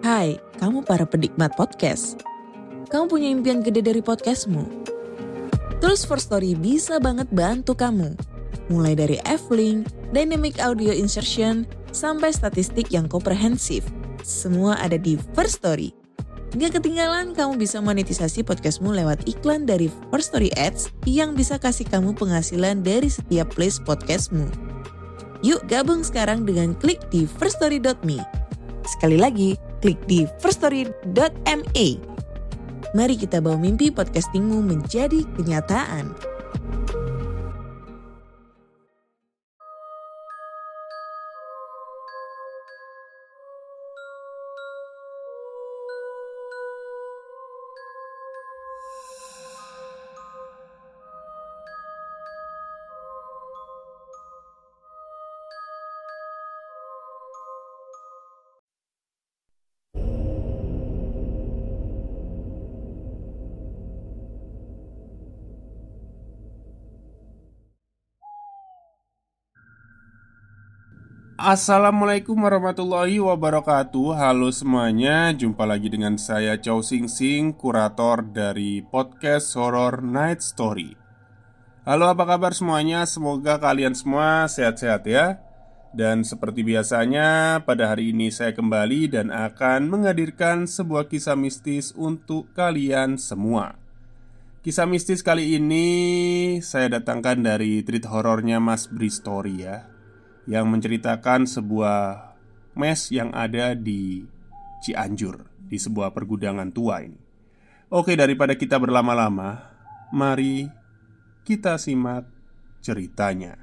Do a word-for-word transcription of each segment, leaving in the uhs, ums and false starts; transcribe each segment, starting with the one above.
Hai, kamu para penikmat podcast. Kamu punya impian gede dari podcastmu? Terus First Story bisa banget bantu kamu. Mulai dari F-Link, Dynamic Audio Insertion, sampai statistik yang komprehensif. Semua ada di First Story. Gak ketinggalan kamu bisa monetisasi podcastmu lewat iklan dari First Story Ads yang bisa kasih kamu penghasilan dari setiap place podcastmu. Yuk gabung sekarang dengan klik di first story dot me. Sekali lagi, klik di first story dot me. Mari kita bawa mimpi podcastingmu menjadi kenyataan. Assalamualaikum warahmatullahi wabarakatuh. Halo semuanya, jumpa lagi dengan saya Chow Sing Sing, kurator dari podcast Horror Night Story. Halo, apa kabar semuanya? Semoga kalian semua sehat-sehat ya. Dan seperti biasanya, pada hari ini saya kembali dan akan menghadirkan sebuah kisah mistis untuk kalian semua. Kisah mistis kali ini saya datangkan dari treat horornya Mas Bri Story ya, yang menceritakan sebuah mes yang ada di Cianjur, di sebuah pergudangan tua ini. Oke, daripada kita berlama-lama, mari kita simak ceritanya.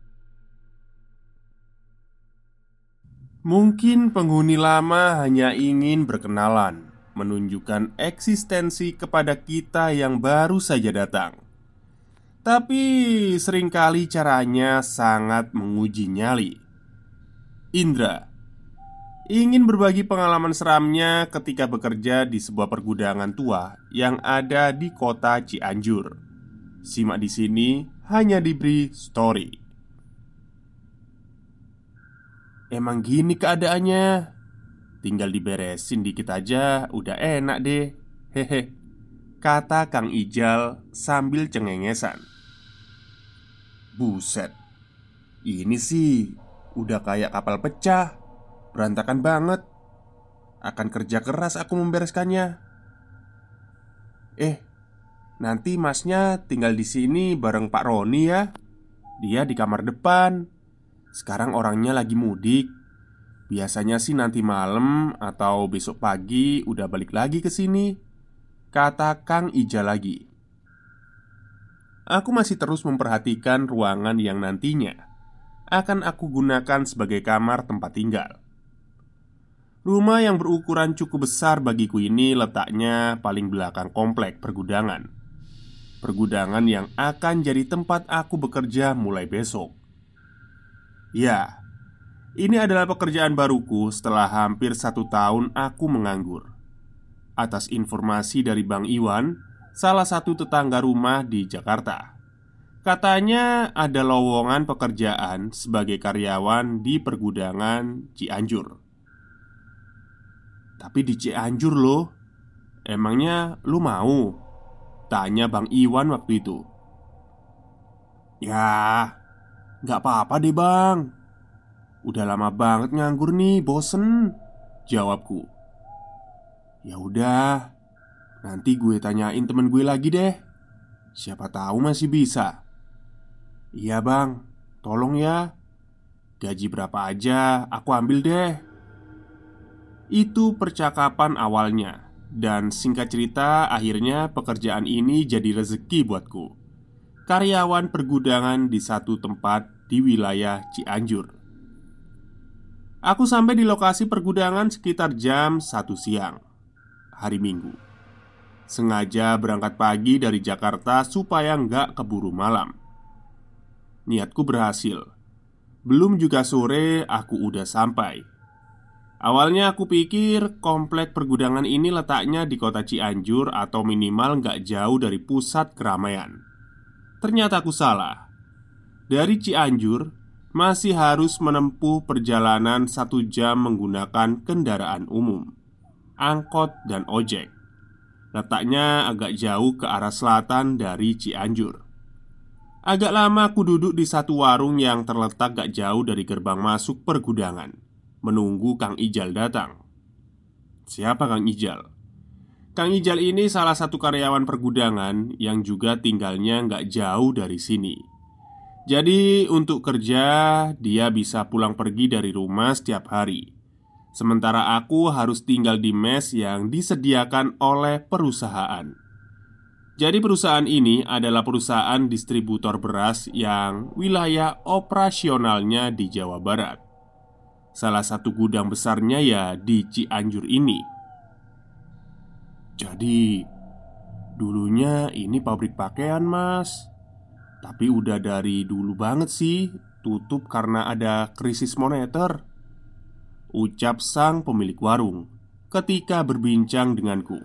Mungkin penghuni lama hanya ingin berkenalan, menunjukkan eksistensi kepada kita yang baru saja datang. Tapi seringkali caranya sangat menguji nyali. Indra ingin berbagi pengalaman seramnya ketika bekerja di sebuah pergudangan tua yang ada di kota Cianjur. Simak di sini hanya di Bri Story. Emang gini keadaannya, tinggal diberesin dikit aja udah enak deh. Hehe, kata Kang Ijal sambil cengengesan. Buset, ini sih udah kayak kapal pecah, berantakan banget. Akan kerja keras aku membereskannya. Eh, nanti masnya tinggal di sini bareng Pak Roni ya. Dia di kamar depan. Sekarang orangnya lagi mudik. Biasanya sih nanti malam atau besok pagi udah balik lagi ke sini, kata Kang Ijal lagi. Aku masih terus memperhatikan ruangan yang nantinya akan aku gunakan sebagai kamar tempat tinggal. Rumah yang berukuran cukup besar bagiku ini letaknya paling belakang komplek pergudangan. Pergudangan yang akan jadi tempat aku bekerja mulai besok. Ya, ini adalah pekerjaan baruku setelah hampir satu tahun aku menganggur. Atas informasi dari Bang Iwan, salah satu tetangga rumah di Jakarta, katanya ada lowongan pekerjaan sebagai karyawan di pergudangan Cianjur. Tapi di Cianjur loh. Emangnya lu mau? Tanya Bang Iwan waktu itu. Ya, gak apa-apa deh bang. Udah lama banget nganggur nih, bosen, jawabku. Ya udah, nanti gue tanyain temen gue lagi deh. Siapa tahu masih bisa. Iya bang, tolong ya. Gaji berapa aja, aku ambil deh. Itu percakapan awalnya. Dan singkat cerita, akhirnya pekerjaan ini jadi rezeki buatku. Karyawan pergudangan di satu tempat di wilayah Cianjur. Aku sampai di lokasi pergudangan sekitar jam satu siang hari Minggu. Sengaja berangkat pagi dari Jakarta supaya nggak keburu malam. Niatku berhasil. Belum juga sore aku udah sampai. Awalnya aku pikir komplek pergudangan ini letaknya di kota Cianjur atau minimal nggak jauh dari pusat keramaian. Ternyata aku salah. Dari Cianjur masih harus menempuh perjalanan satu jam menggunakan kendaraan umum. angkot dan ojek. Letaknya agak jauh ke arah selatan dari Cianjur. Agak lama aku duduk di satu warung yang terletak gak jauh dari gerbang masuk pergudangan, menunggu Kang Ijal datang. Siapa Kang Ijal? Kang Ijal ini salah satu karyawan pergudangan yang juga tinggalnya gak jauh dari sini. Jadi untuk kerja dia bisa pulang pergi dari rumah setiap hari. Sementara aku harus tinggal di mes yang disediakan oleh perusahaan. Jadi perusahaan ini adalah perusahaan distributor beras yang wilayah operasionalnya di Jawa Barat. Salah satu gudang besarnya ya di Cianjur ini. Jadi dulunya ini pabrik pakaian mas. Tapi udah dari dulu banget sih tutup karena ada krisis moneter, ucap sang pemilik warung ketika berbincang denganku.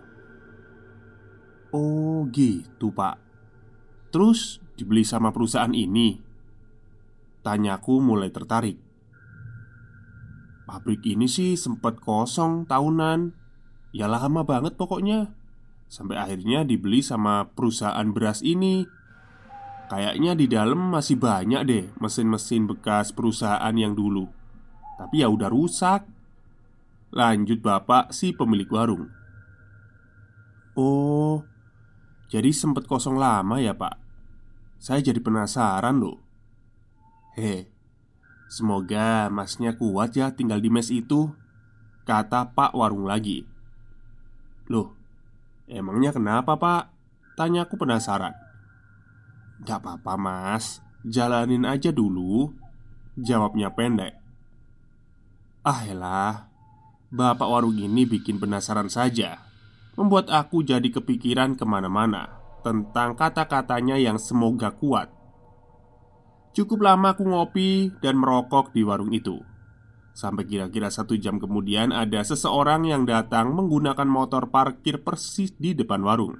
Oh gitu pak. Terus dibeli sama perusahaan ini? Tanyaku mulai tertarik. Pabrik ini sih sempat kosong tahunan. Ya lama banget pokoknya. Sampai akhirnya dibeli sama perusahaan beras ini. Kayaknya di dalam masih banyak deh mesin-mesin bekas perusahaan yang dulu. Tapi ya udah rusak. Lanjut bapak si pemilik warung. Oh, jadi sempat kosong lama ya pak? Saya jadi penasaran loh. Heh, semoga masnya kuat ya tinggal di mes itu, kata pak warung lagi. Loh, emangnya kenapa pak? Tanyaku penasaran. Gak apa-apa mas, jalanin aja dulu, jawabnya pendek. Ah elah, bapak warung ini bikin penasaran saja, membuat aku jadi kepikiran kemana-mana tentang kata-katanya yang semoga kuat. Cukup lama aku ngopi dan merokok di warung itu. Sampai kira-kira satu jam kemudian ada seseorang yang datang menggunakan motor parkir persis di depan warung.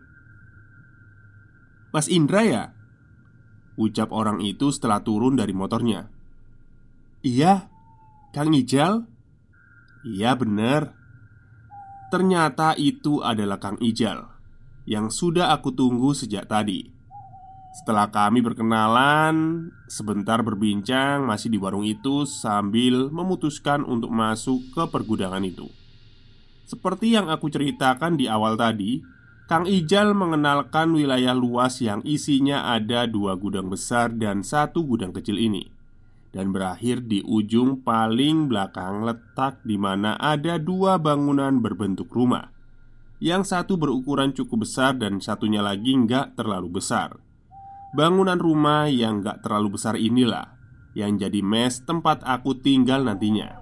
Mas Indra ya? Ucap orang itu setelah turun dari motornya. Iya, Kang Ijal? Iya bener. Ternyata itu adalah Kang Ijal yang sudah aku tunggu sejak tadi. Setelah kami berkenalan, sebentar berbincang masih di warung itu sambil memutuskan untuk masuk ke pergudangan itu. Seperti yang aku ceritakan di awal tadi, Kang Ijal mengenalkan wilayah luas yang isinya ada dua gudang besar dan satu gudang kecil ini, dan berakhir di ujung paling belakang letak di mana ada dua bangunan berbentuk rumah. Yang satu berukuran cukup besar dan satunya lagi nggak terlalu besar. Bangunan rumah yang nggak terlalu besar inilah yang jadi mes tempat aku tinggal nantinya.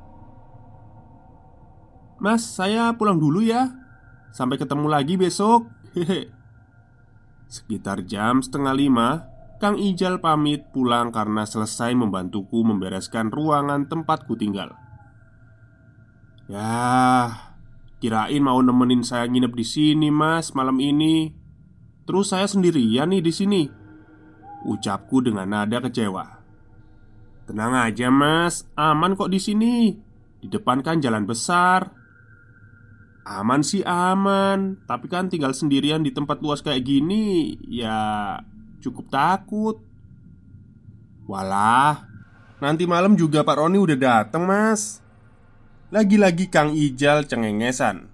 Mas, saya pulang dulu ya. Sampai ketemu lagi besok. Hehe. Sekitar jam setengah lima, Kang Ijal pamit pulang karena selesai membantuku membereskan ruangan tempatku tinggal. Ya, kirain mau nemenin saya nginep di sini, Mas, malam ini. Terus saya sendirian nih di sini, ucapku dengan nada kecewa. Tenang aja, Mas, aman kok di sini. Di depan kan jalan besar. Aman sih aman, tapi kan tinggal sendirian di tempat luas kayak gini, ya cukup takut. Walah, nanti malam juga Pak Roni udah dateng mas. Lagi-lagi Kang Ijal cengengesan.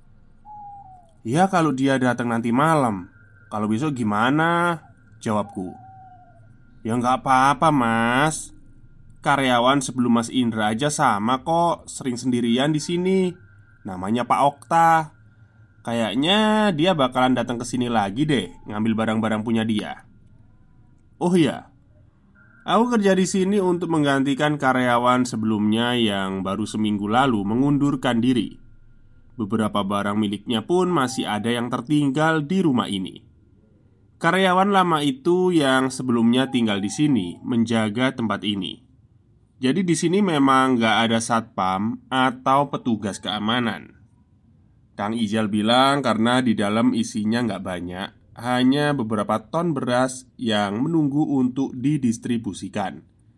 Ya kalau dia datang nanti malam. Kalau besok gimana? Jawabku. Ya nggak apa-apa mas. Karyawan sebelum Mas Indra aja sama kok, sering sendirian di sini. Namanya Pak Okta. Kayaknya dia bakalan datang ke sini lagi deh, ngambil barang-barang punya dia. Oh iya, aku kerja di sini untuk menggantikan karyawan sebelumnya yang baru seminggu lalu mengundurkan diri. Beberapa barang miliknya pun masih ada yang tertinggal di rumah ini. Karyawan lama itu yang sebelumnya tinggal di sini menjaga tempat ini. Jadi di sini memang nggak ada satpam atau petugas keamanan. Kang Ijal bilang karena di dalam isinya nggak banyak, hanya beberapa ton beras yang menunggu untuk didistribusikan.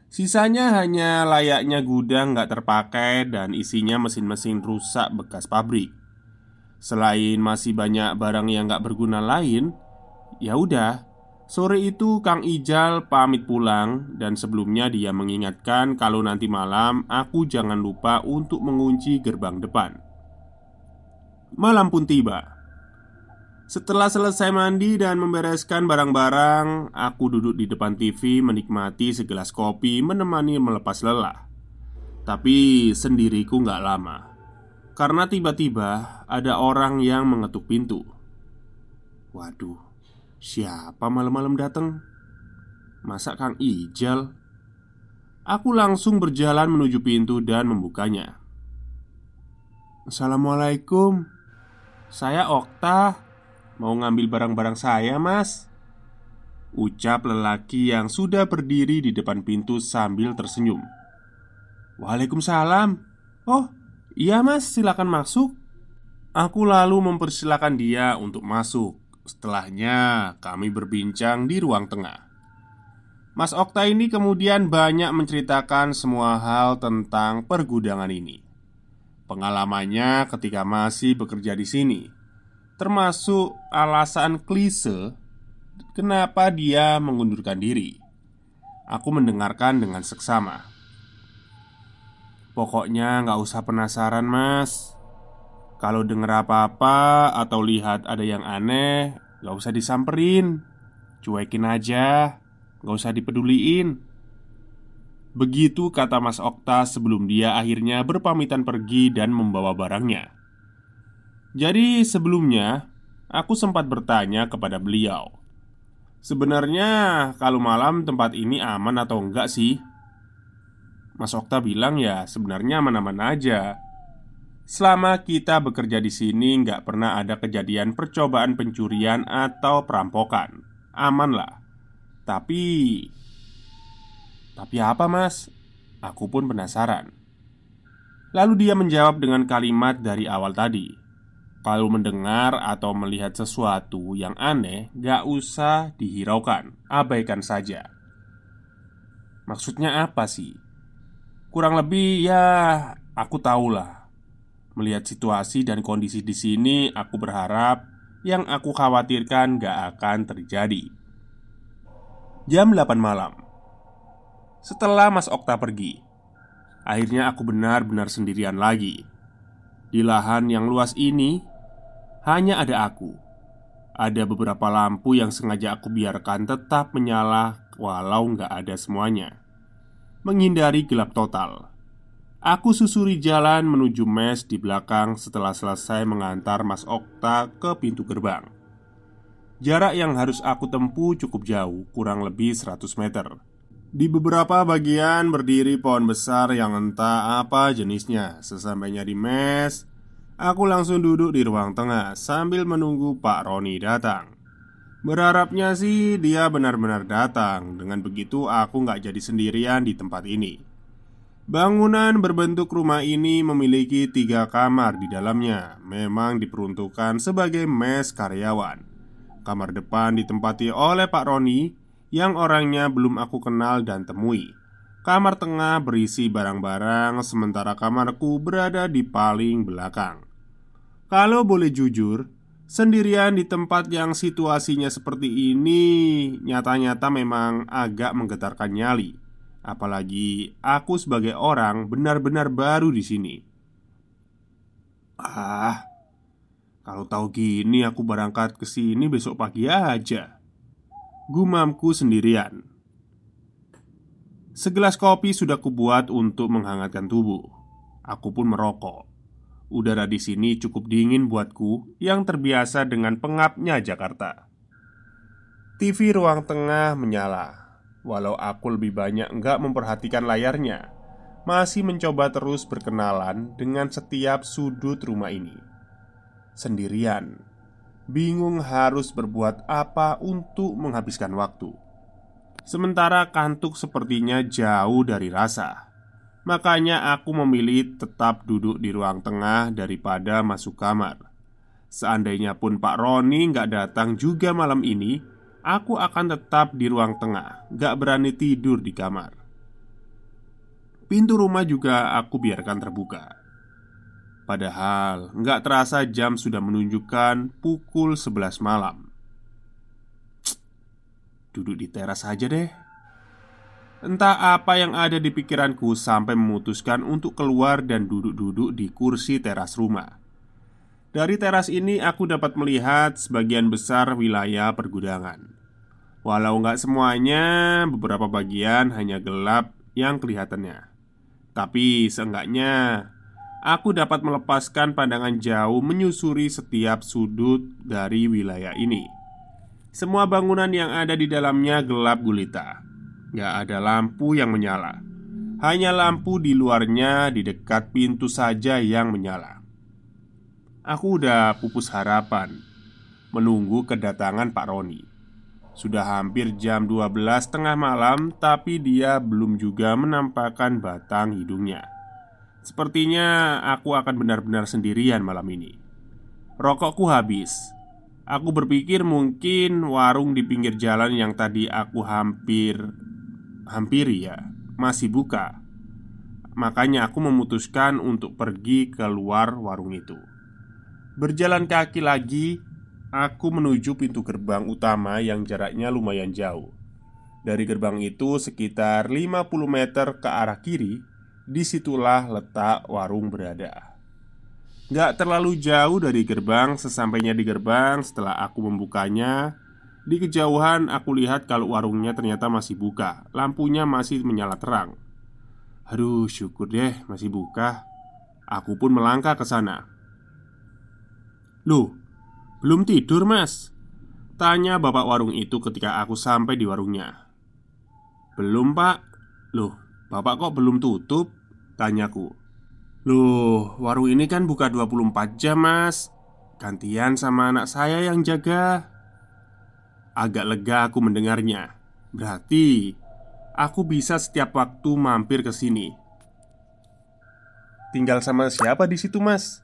Sisanya hanya layaknya gudang gak terpakai dan isinya mesin-mesin rusak bekas pabrik. Selain masih banyak barang yang gak berguna lain, ya udah, sore itu Kang Ijal pamit pulang dan sebelumnya dia mengingatkan kalau nanti malam aku jangan lupa untuk mengunci gerbang depan. Malam pun tiba. Setelah selesai mandi dan membereskan barang-barang, aku duduk di depan T V menikmati segelas kopi menemani melepas lelah. Tapi sendiriku gak lama, karena tiba-tiba ada orang yang mengetuk pintu. Waduh, siapa malam-malam datang? Masa Kang Ijal? Aku langsung berjalan menuju pintu dan membukanya. Assalamualaikum. Saya Okta. Mau ngambil barang-barang saya, Mas, ucap lelaki yang sudah berdiri di depan pintu sambil tersenyum. Waalaikumsalam. Oh, iya Mas, silakan masuk. Aku lalu mempersilakan dia untuk masuk. Setelahnya kami berbincang di ruang tengah. Mas Okta ini kemudian banyak menceritakan semua hal tentang pergudangan ini. Pengalamannya ketika masih bekerja di sini, termasuk alasan klise kenapa dia mengundurkan diri. Aku mendengarkan dengan seksama. Pokoknya gak usah penasaran, Mas. Kalau denger apa-apa atau lihat ada yang aneh, gak usah disamperin. Cuekin aja, gak usah dipeduliin. Begitu kata Mas Okta sebelum dia akhirnya berpamitan pergi dan membawa barangnya. Jadi sebelumnya aku sempat bertanya kepada beliau, sebenarnya kalau malam tempat ini aman atau enggak sih? Mas Okta bilang ya sebenarnya aman-aman aja. Selama kita bekerja di sini nggak pernah ada kejadian percobaan pencurian atau perampokan. Aman lah. Tapi Tapi apa mas? Aku pun penasaran. Lalu dia menjawab dengan kalimat dari awal tadi. Kalau mendengar atau melihat sesuatu yang aneh, gak usah dihiraukan, abaikan saja. Maksudnya apa sih? Kurang lebih ya, aku tahulah. Melihat situasi dan kondisi di sini, aku berharap yang aku khawatirkan gak akan terjadi. Jam delapan malam. Setelah Mas Okta pergi, akhirnya aku benar-benar sendirian lagi. Di lahan yang luas ini hanya ada aku. Ada beberapa lampu yang sengaja aku biarkan tetap menyala walau nggak ada semuanya, menghindari gelap total. Aku susuri jalan menuju mes di belakang setelah selesai mengantar Mas Okta ke pintu gerbang. Jarak yang harus aku tempuh cukup jauh, kurang lebih seratus meter. Di beberapa bagian berdiri pohon besar yang entah apa jenisnya. Sesampainya di mes, aku langsung duduk di ruang tengah sambil menunggu Pak Roni datang. Berharapnya sih dia benar-benar datang. Dengan begitu aku nggak jadi sendirian di tempat ini. Bangunan berbentuk rumah ini memiliki tiga kamar di dalamnya. Memang diperuntukkan sebagai mes karyawan. Kamar depan ditempati oleh Pak Roni yang orangnya belum aku kenal dan temui. Kamar tengah berisi barang-barang, sementara kamarku berada di paling belakang. Kalau boleh jujur, sendirian di tempat yang situasinya seperti ini nyata-nyata memang agak menggetarkan nyali. Apalagi aku sebagai orang benar-benar baru di sini. Ah, kalau tahu gini aku berangkat ke sini besok pagi aja, gumamku sendirian. Segelas kopi sudah kubuat untuk menghangatkan tubuh. Aku pun merokok. Udara di sini cukup dingin buatku yang terbiasa dengan pengapnya Jakarta. T V ruang tengah menyala. Walau aku lebih banyak enggak memperhatikan layarnya, masih mencoba terus berkenalan dengan setiap sudut rumah ini. Sendirian, bingung harus berbuat apa untuk menghabiskan waktu. Sementara kantuk sepertinya jauh dari rasa. Makanya aku memilih tetap duduk di ruang tengah daripada masuk kamar. Seandainya pun Pak Roni nggak datang juga malam ini, aku akan tetap di ruang tengah, nggak berani tidur di kamar. Pintu rumah juga aku biarkan terbuka. Padahal nggak terasa jam sudah menunjukkan pukul sebelas malam. Duduk di teras saja deh. Entah apa yang ada di pikiranku sampai memutuskan untuk keluar dan duduk-duduk di kursi teras rumah. Dari teras ini aku dapat melihat sebagian besar wilayah pergudangan. Walau nggak semuanya, beberapa bagian hanya gelap yang kelihatannya. Tapi seenggaknya aku dapat melepaskan pandangan jauh menyusuri setiap sudut dari wilayah ini. Semua bangunan yang ada di dalamnya gelap gulita. Gak ada lampu yang menyala. Hanya lampu di luarnya di dekat pintu saja yang menyala. Aku udah pupus harapan menunggu kedatangan Pak Roni. Sudah hampir jam dua belas tengah malam, tapi dia belum juga menampakkan batang hidungnya. Sepertinya aku akan benar-benar sendirian malam ini. Rokokku habis. Aku berpikir mungkin warung di pinggir jalan yang tadi aku hampir hampiri ya, masih buka. Makanya aku memutuskan untuk pergi keluar warung itu. Berjalan kaki lagi, aku menuju pintu gerbang utama yang jaraknya lumayan jauh. Dari gerbang itu sekitar lima puluh meter ke arah kiri. Disitulah letak warung berada. Gak terlalu jauh dari gerbang. Sesampainya di gerbang, setelah aku membukanya, di kejauhan aku lihat kalau warungnya ternyata masih buka. Lampunya masih menyala terang. Aduh, syukur deh masih buka. Aku pun melangkah ke sana. Loh, belum tidur mas? Tanya bapak warung itu ketika aku sampai di warungnya. Belum pak. Loh, bapak kok belum tutup? Tanyaku. Loh, warung ini kan buka dua puluh empat jam mas. Gantian sama anak saya yang jaga. Agak lega aku mendengarnya. Berarti aku bisa setiap waktu mampir ke sini. Tinggal sama siapa di situ mas?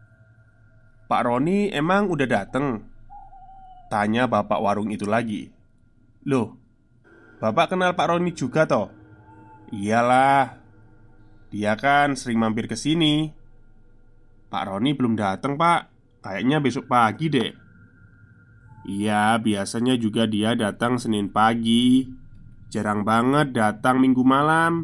Pak Roni emang udah dateng? Tanya bapak warung itu lagi. Loh, bapak kenal Pak Roni juga toh? Iyalah, dia kan sering mampir ke sini. Pak Roni belum dateng pak. Kayaknya besok pagi deh. Iya, biasanya juga dia datang Senin pagi. Jarang banget datang Minggu malam.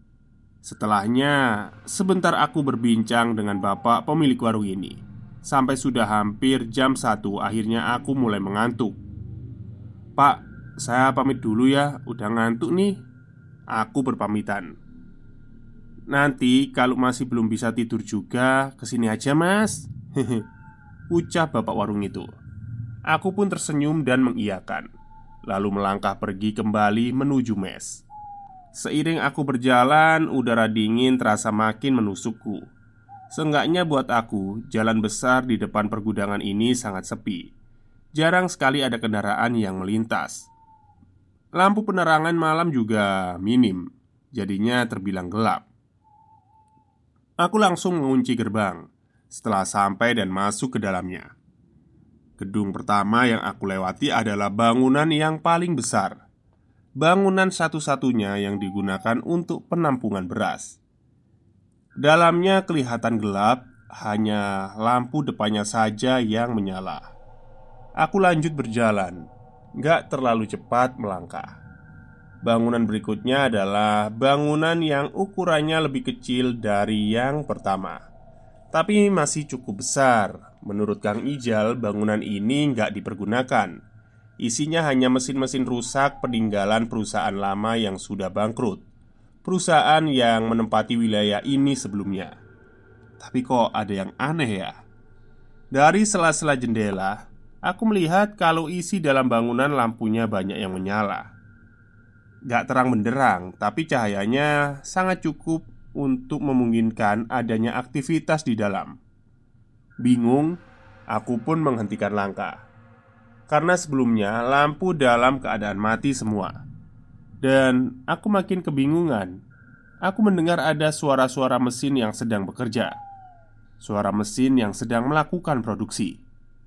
Setelahnya, sebentar aku berbincang dengan bapak pemilik warung ini. Sampai sudah hampir jam satu, akhirnya aku mulai mengantuk. Pak, saya pamit dulu ya, udah ngantuk nih. Aku berpamitan. Nanti kalau masih belum bisa tidur juga, kesini aja mas. Ucap bapak warung itu. Aku pun tersenyum dan mengiyakan. Lalu melangkah pergi kembali menuju mes. Seiring aku berjalan, udara dingin terasa makin menusukku. Seenggaknya buat aku, jalan besar di depan pergudangan ini sangat sepi. Jarang sekali ada kendaraan yang melintas. Lampu penerangan malam juga minim, jadinya terbilang gelap. Aku langsung mengunci gerbang setelah sampai dan masuk ke dalamnya. Gedung pertama yang aku lewati adalah bangunan yang paling besar. Bangunan satu-satunya yang digunakan untuk penampungan beras. Dalamnya kelihatan gelap, hanya lampu depannya saja yang menyala. Aku lanjut berjalan, gak terlalu cepat melangkah. Bangunan berikutnya adalah bangunan yang ukurannya lebih kecil dari yang pertama, tapi masih cukup besar. Menurut Kang Ijal, bangunan ini gak dipergunakan. Isinya hanya mesin-mesin rusak peninggalan perusahaan lama yang sudah bangkrut. Perusahaan yang menempati wilayah ini sebelumnya. Tapi kok ada yang aneh ya? Dari sela-sela jendela, aku melihat kalau isi dalam bangunan lampunya banyak yang menyala. Gak terang benderang, tapi cahayanya sangat cukup untuk memungkinkan adanya aktivitas di dalam. Bingung, aku pun menghentikan langkah. Karena sebelumnya lampu dalam keadaan mati semua. Dan aku makin kebingungan. Aku mendengar ada suara-suara mesin yang sedang bekerja. Suara mesin yang sedang melakukan produksi.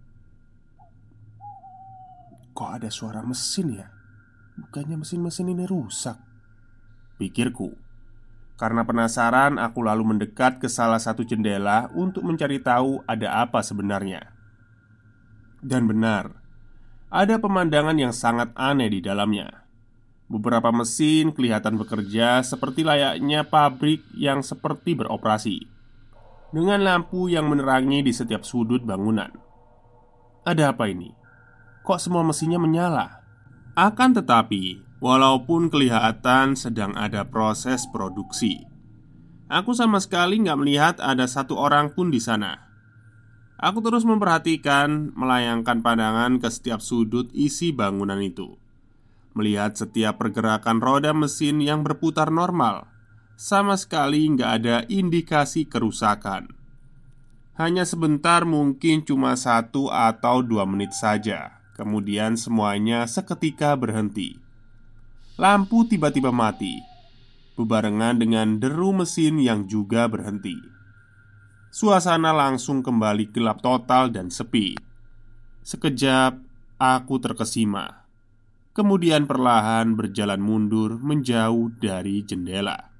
Kok ada suara mesin ya? Bukannya mesin-mesin ini rusak, pikirku. Karena penasaran, aku lalu mendekat ke salah satu jendela untuk mencari tahu ada apa sebenarnya. Dan benar, ada pemandangan yang sangat aneh di dalamnya. Beberapa mesin kelihatan bekerja seperti layaknya pabrik yang seperti beroperasi, dengan lampu yang menerangi di setiap sudut bangunan. Ada apa ini? Kok semua mesinnya menyala? Akan tetapi, walaupun kelihatan sedang ada proses produksi, aku sama sekali nggak melihat ada satu orang pun di sana. Aku terus memperhatikan, melayangkan pandangan ke setiap sudut isi bangunan itu, melihat setiap pergerakan roda mesin yang berputar normal. Sama sekali nggak ada indikasi kerusakan. Hanya sebentar, mungkin cuma satu atau dua menit saja. Kemudian semuanya seketika berhenti. Lampu tiba-tiba mati, bebarengan dengan deru mesin yang juga berhenti. Suasana langsung kembali gelap total dan sepi. Sekejap, aku terkesima. Kemudian perlahan berjalan mundur menjauh dari jendela.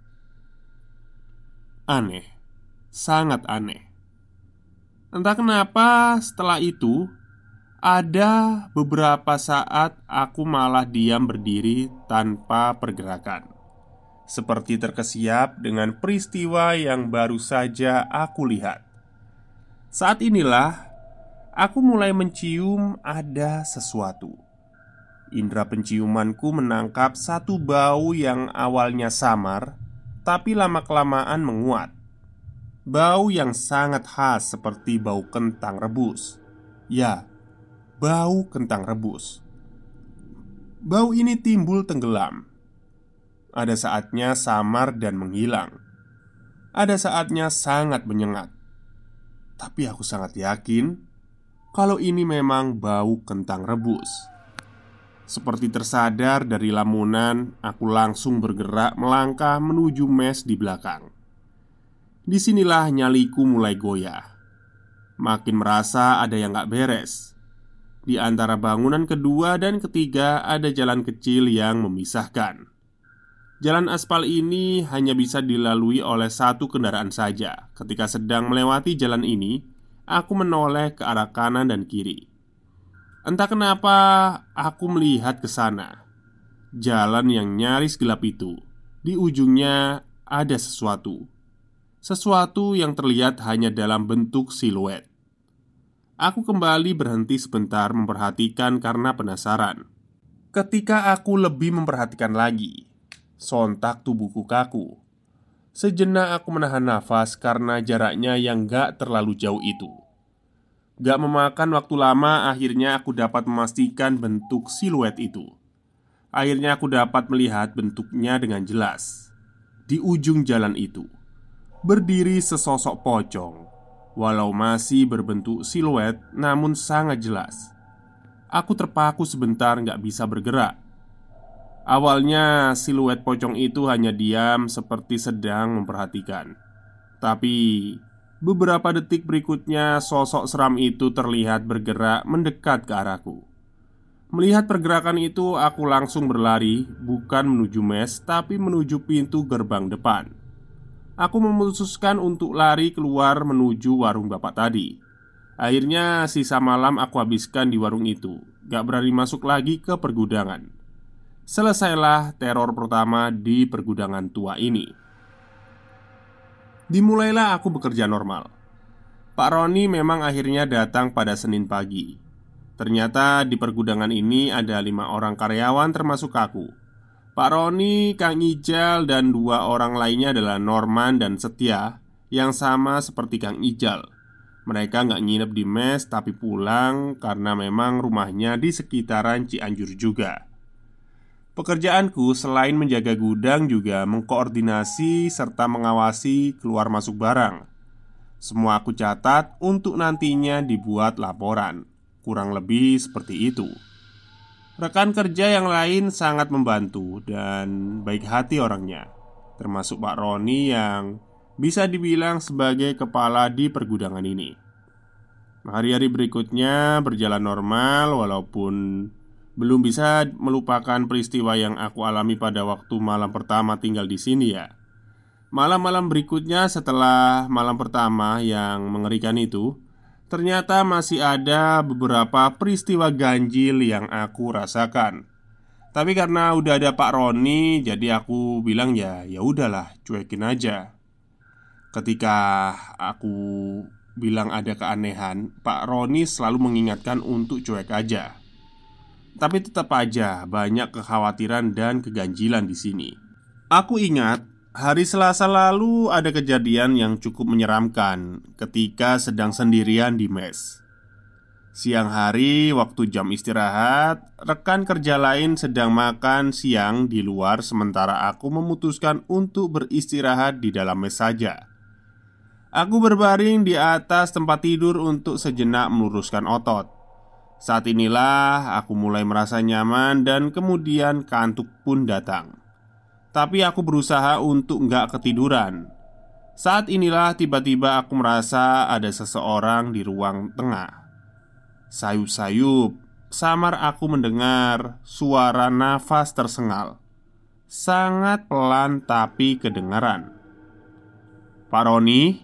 Aneh, sangat aneh. Entah kenapa setelah itu, ada beberapa saat aku malah diam berdiri tanpa pergerakan, seperti terkesiap dengan peristiwa yang baru saja aku lihat. Saat inilah aku mulai mencium ada sesuatu. Indra penciumanku menangkap satu bau yang awalnya samar, tapi lama-kelamaan menguat. Bau yang sangat khas seperti bau kentang rebus. Ya, bau kentang rebus. Bau ini timbul tenggelam. Ada saatnya samar dan menghilang. Ada saatnya sangat menyengat. Tapi aku sangat yakin kalau ini memang bau kentang rebus. Seperti tersadar dari lamunan, aku langsung bergerak melangkah menuju mes di belakang. Disinilah nyaliku mulai goyah. Makin merasa ada yang gak beres. Di antara bangunan kedua dan ketiga ada jalan kecil yang memisahkan. Jalan aspal ini hanya bisa dilalui oleh satu kendaraan saja. Ketika sedang melewati jalan ini, aku menoleh ke arah kanan dan kiri. Entah kenapa aku melihat ke sana. Jalan yang nyaris gelap itu, di ujungnya ada sesuatu. Sesuatu yang terlihat hanya dalam bentuk siluet. Aku kembali berhenti sebentar memperhatikan karena penasaran. Ketika aku lebih memperhatikan lagi, sontak tubuhku kaku. Sejenak aku menahan nafas karena jaraknya yang gak terlalu jauh itu. Gak memakan waktu lama, akhirnya aku dapat memastikan bentuk siluet itu. Akhirnya aku dapat melihat bentuknya dengan jelas. Di ujung jalan itu berdiri sesosok pocong. Walau masih berbentuk siluet, namun sangat jelas. Aku terpaku sebentar gak bisa bergerak. Awalnya siluet pocong itu hanya diam seperti sedang memperhatikan. Tapi beberapa detik berikutnya sosok seram itu terlihat bergerak mendekat ke arahku. Melihat pergerakan itu, aku langsung berlari, bukan menuju mes, tapi menuju pintu gerbang depan. Aku memutuskan untuk lari keluar menuju warung bapak tadi. Akhirnya sisa malam aku habiskan di warung itu. Gak berani masuk lagi ke pergudangan. Selesailah teror pertama di pergudangan tua ini. Dimulailah aku bekerja normal. Pak Roni memang akhirnya datang pada Senin pagi. Ternyata di pergudangan ini ada lima orang karyawan termasuk aku. Pak Roni, Kang Ijal, dan dua orang lainnya adalah Norman dan Setia, yang sama seperti Kang Ijal. Mereka nggak nginep di mes tapi pulang karena memang rumahnya di sekitaran Cianjur juga. Pekerjaanku selain menjaga gudang juga mengkoordinasi serta mengawasi keluar masuk barang. Semua aku catat untuk nantinya dibuat laporan. Kurang lebih seperti itu. Rekan kerja yang lain sangat membantu dan baik hati orangnya, termasuk Pak Roni yang bisa dibilang sebagai kepala di pergudangan ini. Hari-hari berikutnya berjalan normal walaupun belum bisa melupakan peristiwa yang aku alami pada waktu malam pertama tinggal di sini ya. Malam-malam berikutnya setelah malam pertama yang mengerikan itu, ternyata masih ada beberapa peristiwa ganjil yang aku rasakan. Tapi karena udah ada Pak Roni, jadi aku bilang ya, ya udahlah, cuekin aja. Ketika aku bilang ada keanehan, Pak Roni selalu mengingatkan untuk cuek aja. Tapi tetap aja banyak kekhawatiran dan keganjilan di sini. Aku ingat hari Selasa lalu ada kejadian yang cukup menyeramkan ketika sedang sendirian di mes. Siang hari, waktu jam istirahat, rekan kerja lain sedang makan siang di luar, sementara aku memutuskan untuk beristirahat di dalam mes saja. Aku berbaring di atas tempat tidur untuk sejenak meluruskan otot. Saat inilah aku mulai merasa nyaman dan kemudian kantuk pun datang. Tapi aku berusaha untuk nggak ketiduran. Saat inilah tiba-tiba aku merasa ada seseorang di ruang tengah. Sayup-sayup, samar aku mendengar suara nafas tersengal. Sangat pelan tapi kedengaran. "Pak Roni?"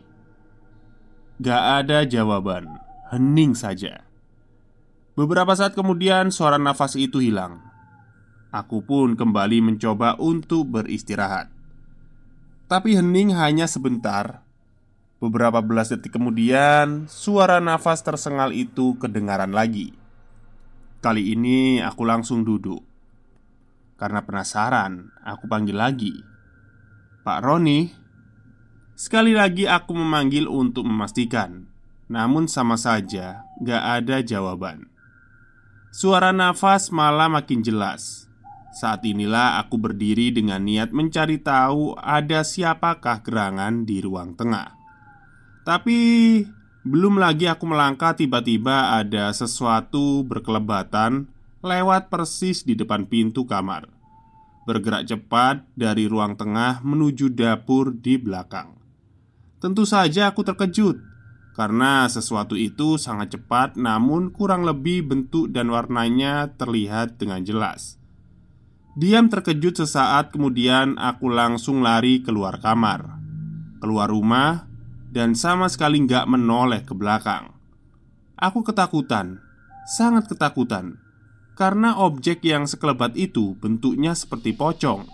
Gak ada jawaban, hening saja. Beberapa saat kemudian suara nafas itu hilang. Aku pun kembali mencoba untuk beristirahat. Tapi hening hanya sebentar. Beberapa belas detik kemudian, suara nafas tersengal itu kedengaran lagi. Kali ini aku langsung duduk. Karena penasaran, aku panggil lagi, "Pak Roni?" Sekali lagi aku memanggil untuk memastikan. Namun sama saja gak ada jawaban. Suara nafas malah makin jelas. Saat inilah aku berdiri dengan niat mencari tahu ada siapakah gerangan di ruang tengah. Tapi belum lagi aku melangkah, tiba-tiba ada sesuatu berkelebatan lewat persis di depan pintu kamar, bergerak cepat dari ruang tengah menuju dapur di belakang. Tentu saja aku terkejut karena sesuatu itu sangat cepat, namun kurang lebih bentuk dan warnanya terlihat dengan jelas. Diam terkejut sesaat, kemudian aku langsung lari keluar kamar, keluar rumah, dan sama sekali nggak menoleh ke belakang. Aku ketakutan, sangat ketakutan, karena objek yang sekelebat itu bentuknya seperti pocong.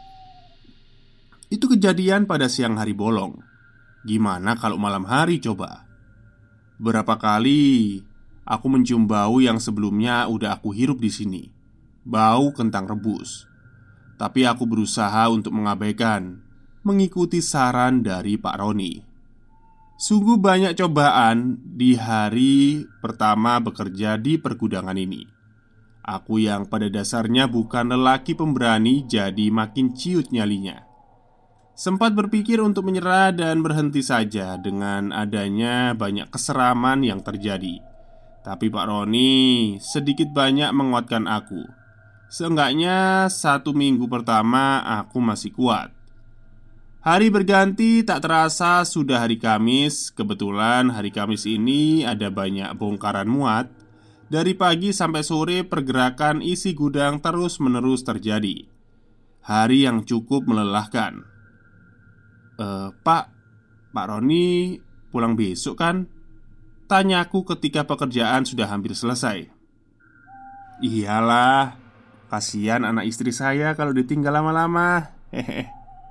Itu kejadian pada siang hari bolong. Gimana kalau malam hari coba? Berapa kali aku mencium bau yang sebelumnya udah aku hirup di sini, bau kentang rebus. Tapi aku berusaha untuk mengabaikan, mengikuti saran dari Pak Roni. Sungguh banyak cobaan di hari pertama bekerja di pergudangan ini. Aku yang pada dasarnya bukan lelaki pemberani jadi makin ciut nyalinya. Sempat berpikir untuk menyerah dan berhenti saja dengan adanya banyak keseraman yang terjadi. Tapi Pak Roni sedikit banyak menguatkan aku. Seenggaknya satu minggu pertama aku masih kuat. Hari berganti, tak terasa sudah hari Kamis. Kebetulan hari Kamis ini ada banyak bongkaran muat. Dari pagi sampai sore pergerakan isi gudang terus-menerus terjadi. Hari yang cukup melelahkan. e, Pak, Pak Roni pulang besok kan? Tanyaku ketika pekerjaan sudah hampir selesai. Iyalah, kasihan anak istri saya kalau ditinggal lama-lama. Hehe.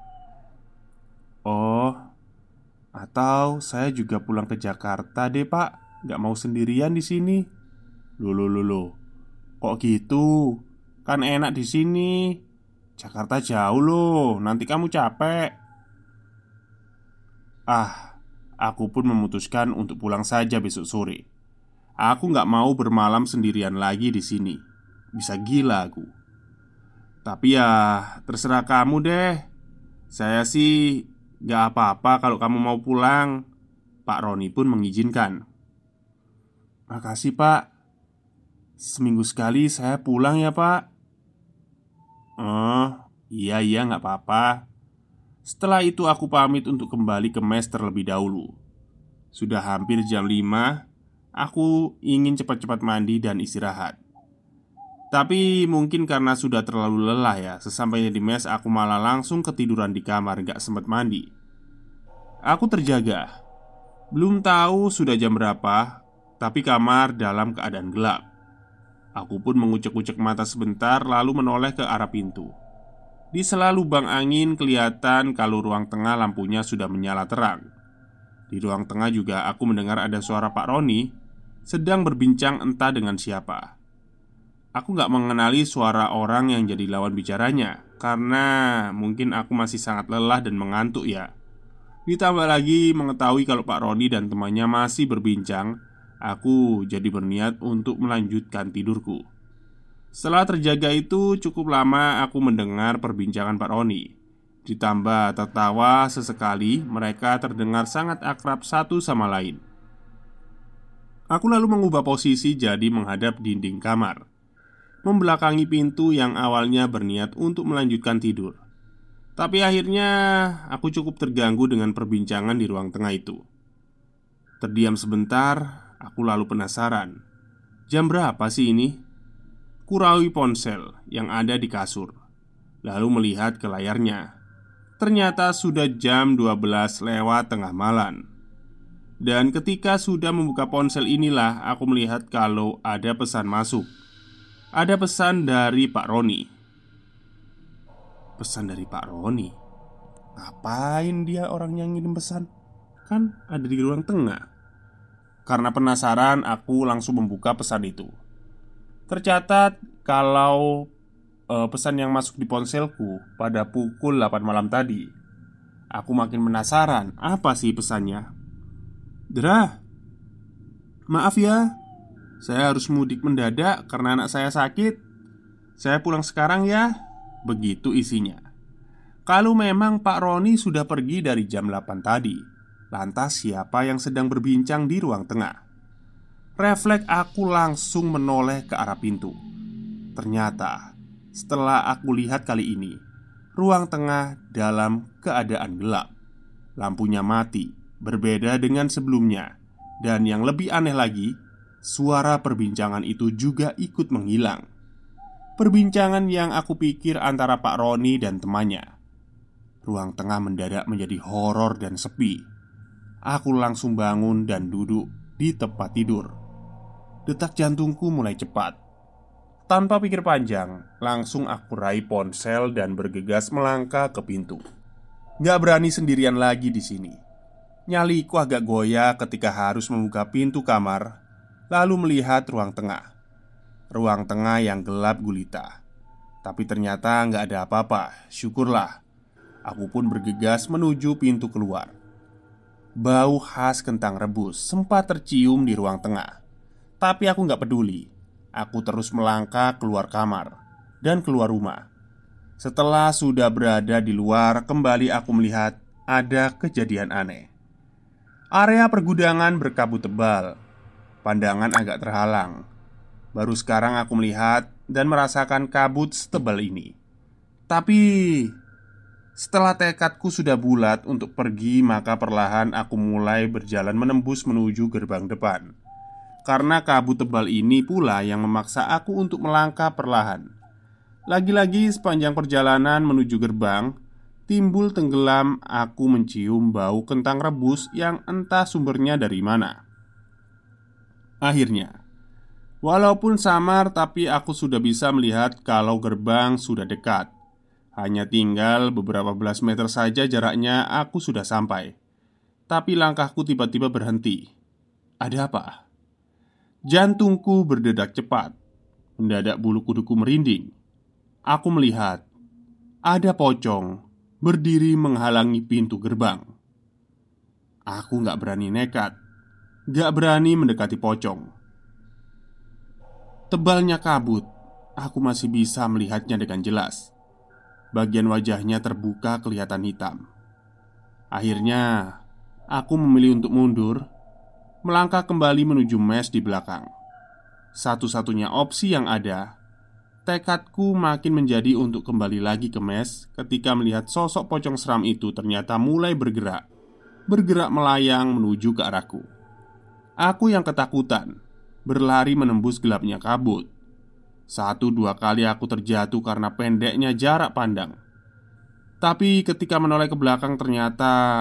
Oh, atau saya juga pulang ke Jakarta deh pak, gak mau sendirian di sini. Loh, loh, loh, loh. Kok gitu? Kan enak di sini. Jakarta jauh loh, nanti kamu capek. Ah, aku pun memutuskan untuk pulang saja besok sore. Aku gak mau bermalam sendirian lagi di sini. Bisa gila aku. Tapi ya, terserah kamu deh. Saya sih gak apa-apa kalau kamu mau pulang. Pak Roni pun mengizinkan. Makasih pak. Seminggu sekali saya pulang ya pak. Oh, iya iya gak apa-apa. Setelah itu aku pamit untuk kembali ke mes terlebih dahulu. Sudah hampir jam lima. Aku ingin cepat-cepat mandi dan istirahat. Tapi mungkin karena sudah terlalu lelah ya, sesampainya di mes aku malah langsung ketiduran di kamar, gak sempat mandi. Aku terjaga. Belum tahu sudah jam berapa, tapi kamar dalam keadaan gelap. Aku pun mengucek-ucek mata sebentar lalu menoleh ke arah pintu. Di sela lubang angin kelihatan kalau ruang tengah lampunya sudah menyala terang. Di ruang tengah juga aku mendengar ada suara Pak Roni sedang berbincang entah dengan siapa. Aku gak mengenali suara orang yang jadi lawan bicaranya, karena mungkin aku masih sangat lelah dan mengantuk ya. Ditambah lagi mengetahui kalau Pak Roni dan temannya masih berbincang, aku jadi berniat untuk melanjutkan tidurku. Setelah terjaga itu cukup lama aku mendengar perbincangan Pak Roni. Ditambah tertawa sesekali, mereka terdengar sangat akrab satu sama lain. Aku lalu mengubah posisi jadi menghadap dinding kamar, membelakangi pintu yang awalnya berniat untuk melanjutkan tidur. Tapi akhirnya aku cukup terganggu dengan perbincangan di ruang tengah itu. Terdiam sebentar, aku lalu penasaran. Jam berapa sih ini? Kuraui ponsel yang ada di kasur, lalu melihat ke layarnya. Ternyata sudah jam dua belas lewat tengah malam. Dan ketika sudah membuka ponsel inilah aku melihat kalau ada pesan masuk. Ada pesan dari Pak Roni. Pesan dari Pak Roni? Ngapain dia orang yang ngirim pesan? Kan ada di ruang tengah. Karena penasaran aku langsung membuka pesan itu. Tercatat kalau e, pesan yang masuk di ponselku pada pukul delapan malam tadi. Aku makin penasaran, apa sih pesannya? Derah, maaf ya, saya harus mudik mendadak karena anak saya sakit. Saya pulang sekarang ya. Begitu isinya. Kalau memang Pak Roni sudah pergi dari jam delapan tadi, lantas siapa yang sedang berbincang di ruang tengah? Refleks aku langsung menoleh ke arah pintu. Ternyata setelah aku lihat kali ini, ruang tengah dalam keadaan gelap. Lampunya mati, berbeda dengan sebelumnya. Dan yang lebih aneh lagi, suara perbincangan itu juga ikut menghilang. Perbincangan yang aku pikir antara Pak Roni dan temannya. Ruang tengah mendadak menjadi horor dan sepi. Aku langsung bangun dan duduk di tempat tidur. Detak jantungku mulai cepat. Tanpa pikir panjang, langsung aku raih ponsel dan bergegas melangkah ke pintu. Gak berani sendirian lagi di sini. Nyaliku agak goyah ketika harus membuka pintu kamar, lalu melihat ruang tengah. Ruang tengah yang gelap gulita. Tapi ternyata nggak ada apa-apa. Syukurlah. Aku pun bergegas menuju pintu keluar. Bau khas kentang rebus sempat tercium di ruang tengah. Tapi aku nggak peduli. Aku terus melangkah keluar kamar dan keluar rumah. Setelah sudah berada di luar, kembali aku melihat ada kejadian aneh. Area pergudangan berkabut tebal. Pandangan agak terhalang. Baru sekarang aku melihat dan merasakan kabut setebal ini. Tapi setelah tekadku sudah bulat untuk pergi, maka perlahan aku mulai berjalan menembus menuju gerbang depan. Karena kabut tebal ini pula yang memaksa aku untuk melangkah perlahan. Lagi-lagi sepanjang perjalanan menuju gerbang, timbul tenggelam aku mencium bau kentang rebus yang entah sumbernya dari mana. Akhirnya, walaupun samar, tapi aku sudah bisa melihat kalau gerbang sudah dekat. Hanya tinggal beberapa belas meter saja jaraknya aku sudah sampai. Tapi langkahku tiba-tiba berhenti. Ada apa? Jantungku berdedak cepat. Mendadak bulu kuduku merinding. Aku melihat ada pocong berdiri menghalangi pintu gerbang. Aku gak berani nekat. Gak berani mendekati pocong. Tebalnya kabut, aku masih bisa melihatnya dengan jelas. Bagian wajahnya terbuka kelihatan hitam. Akhirnya, aku memilih untuk mundur, melangkah kembali menuju mes di belakang. Satu-satunya opsi yang ada. Tekadku makin menjadi untuk kembali lagi ke mes ketika melihat sosok pocong seram itu ternyata mulai bergerak. Bergerak melayang menuju ke arahku. Aku yang ketakutan berlari menembus gelapnya kabut. Satu dua kali aku terjatuh karena pendeknya jarak pandang. Tapi ketika menoleh ke belakang ternyata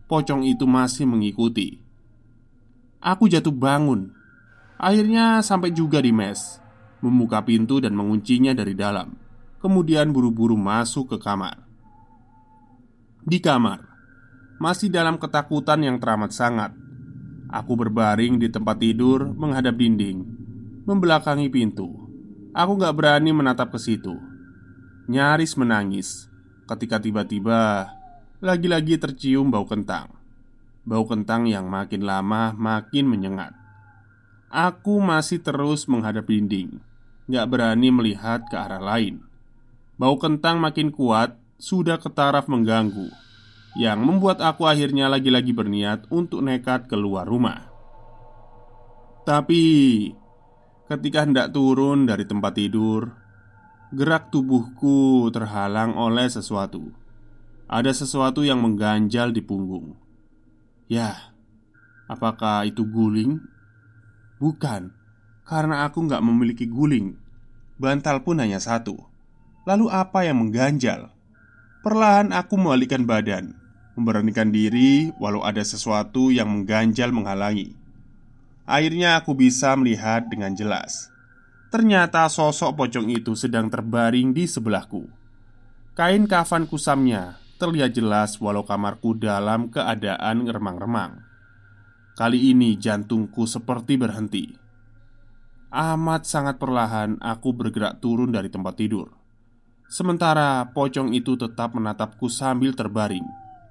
pocong itu masih mengikuti. Aku jatuh bangun. Akhirnya sampai juga di mes, membuka pintu dan menguncinya dari dalam. Kemudian buru-buru masuk ke kamar. Di kamar, masih dalam ketakutan yang teramat sangat, aku berbaring di tempat tidur menghadap dinding, membelakangi pintu. Aku gak berani menatap ke situ. Nyaris menangis ketika tiba-tiba lagi-lagi tercium bau kentang. Bau kentang yang makin lama makin menyengat. Aku masih terus menghadap dinding, gak berani melihat ke arah lain. Bau kentang makin kuat, sudah ke taraf mengganggu, yang membuat aku akhirnya lagi-lagi berniat untuk nekat keluar rumah. Tapi ketika hendak turun dari tempat tidur, gerak tubuhku terhalang oleh sesuatu. Ada sesuatu yang mengganjal di punggung. Ya, apakah itu guling? Bukan, karena aku nggak memiliki guling. Bantal pun hanya satu. Lalu apa yang mengganjal? Perlahan aku membalikkan badan, memberanikan diri walau ada sesuatu yang mengganjal menghalangi. Akhirnya aku bisa melihat dengan jelas. Ternyata sosok pocong itu sedang terbaring di sebelahku. Kain kafan kusamnya terlihat jelas walau kamarku dalam keadaan remang-remang. Kali ini jantungku seperti berhenti. Amat sangat perlahan aku bergerak turun dari tempat tidur. Sementara pocong itu tetap menatapku sambil terbaring.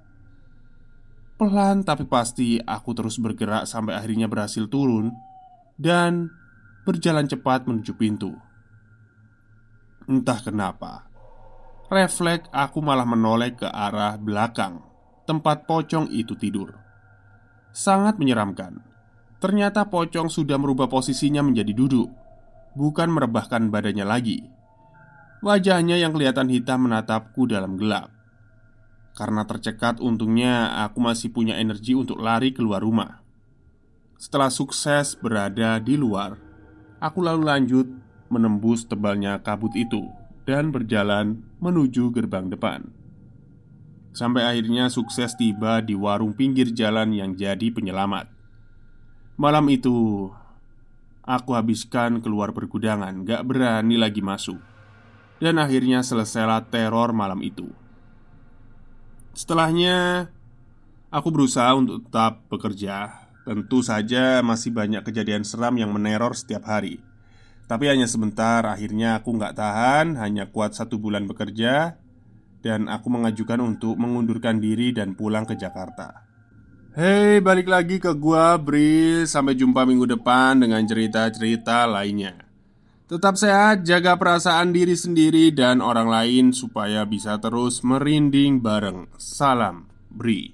Pelan tapi pasti aku terus bergerak sampai akhirnya berhasil turun dan berjalan cepat menuju pintu. Entah kenapa, refleks aku malah menoleh ke arah belakang tempat pocong itu tidur. Sangat menyeramkan. Ternyata pocong sudah merubah posisinya menjadi duduk, bukan merebahkan badannya lagi. Wajahnya yang kelihatan hitam menatapku dalam gelap. Karena tercekat, untungnya aku masih punya energi untuk lari keluar rumah. Setelah sukses berada di luar, aku lalu lanjut menembus tebalnya kabut itu dan berjalan menuju gerbang depan. Sampai akhirnya sukses tiba di warung pinggir jalan yang jadi penyelamat. Malam itu aku habiskan keluar pergudangan, gak berani lagi masuk. Dan akhirnya selesailah teror malam itu. Setelahnya aku berusaha untuk tetap bekerja. Tentu saja masih banyak kejadian seram yang meneror setiap hari. Tapi hanya sebentar, akhirnya aku gak tahan, hanya kuat satu bulan bekerja. Dan aku mengajukan untuk mengundurkan diri dan pulang ke Jakarta. Hei, balik lagi ke gua, Bri. Sampai jumpa minggu depan dengan cerita-cerita lainnya. Tetap sehat, jaga perasaan diri sendiri dan orang lain supaya bisa terus merinding bareng. Salam, Bri.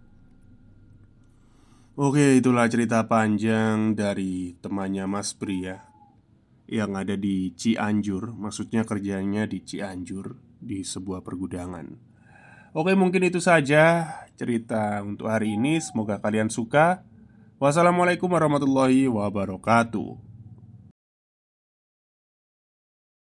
Oke, itulah cerita panjang dari temannya Mas Bri ya, yang ada di Cianjur. Maksudnya kerjanya di Cianjur, di sebuah pergudangan. Oke, mungkin itu saja cerita untuk hari ini. Semoga kalian suka. Wassalamualaikum warahmatullahi wabarakatuh.